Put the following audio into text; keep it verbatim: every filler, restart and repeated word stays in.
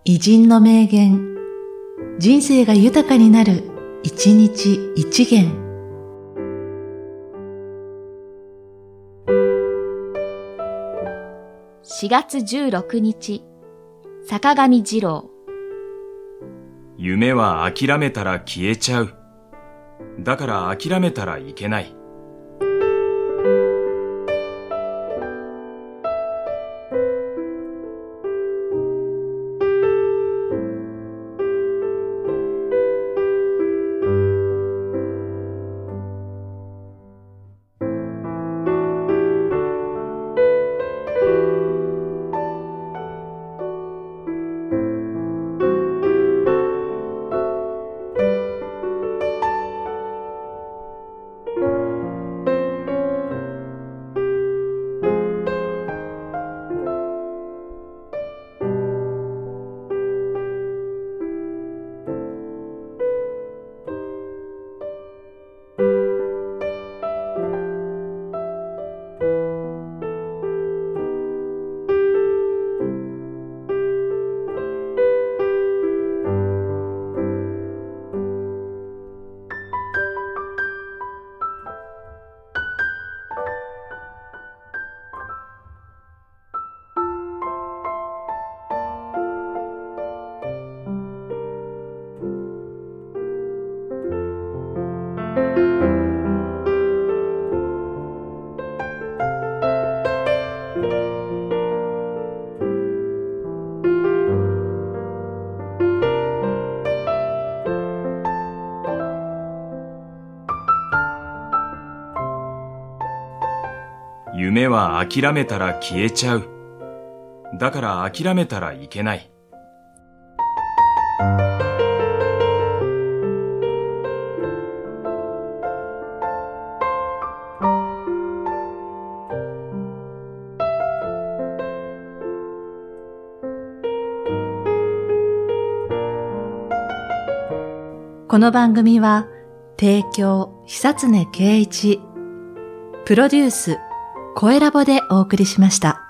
偉人の名言、人生が豊かになる、一日一元。 しがつじゅうろくにち、坂上二郎。 夢は諦めたら消えちゃう。だから諦めたらいけない。夢は諦めたら消えちゃう。だから諦めたらいけない。 この番組は提供久常圭一、プロデュース声ラボでお送りしました。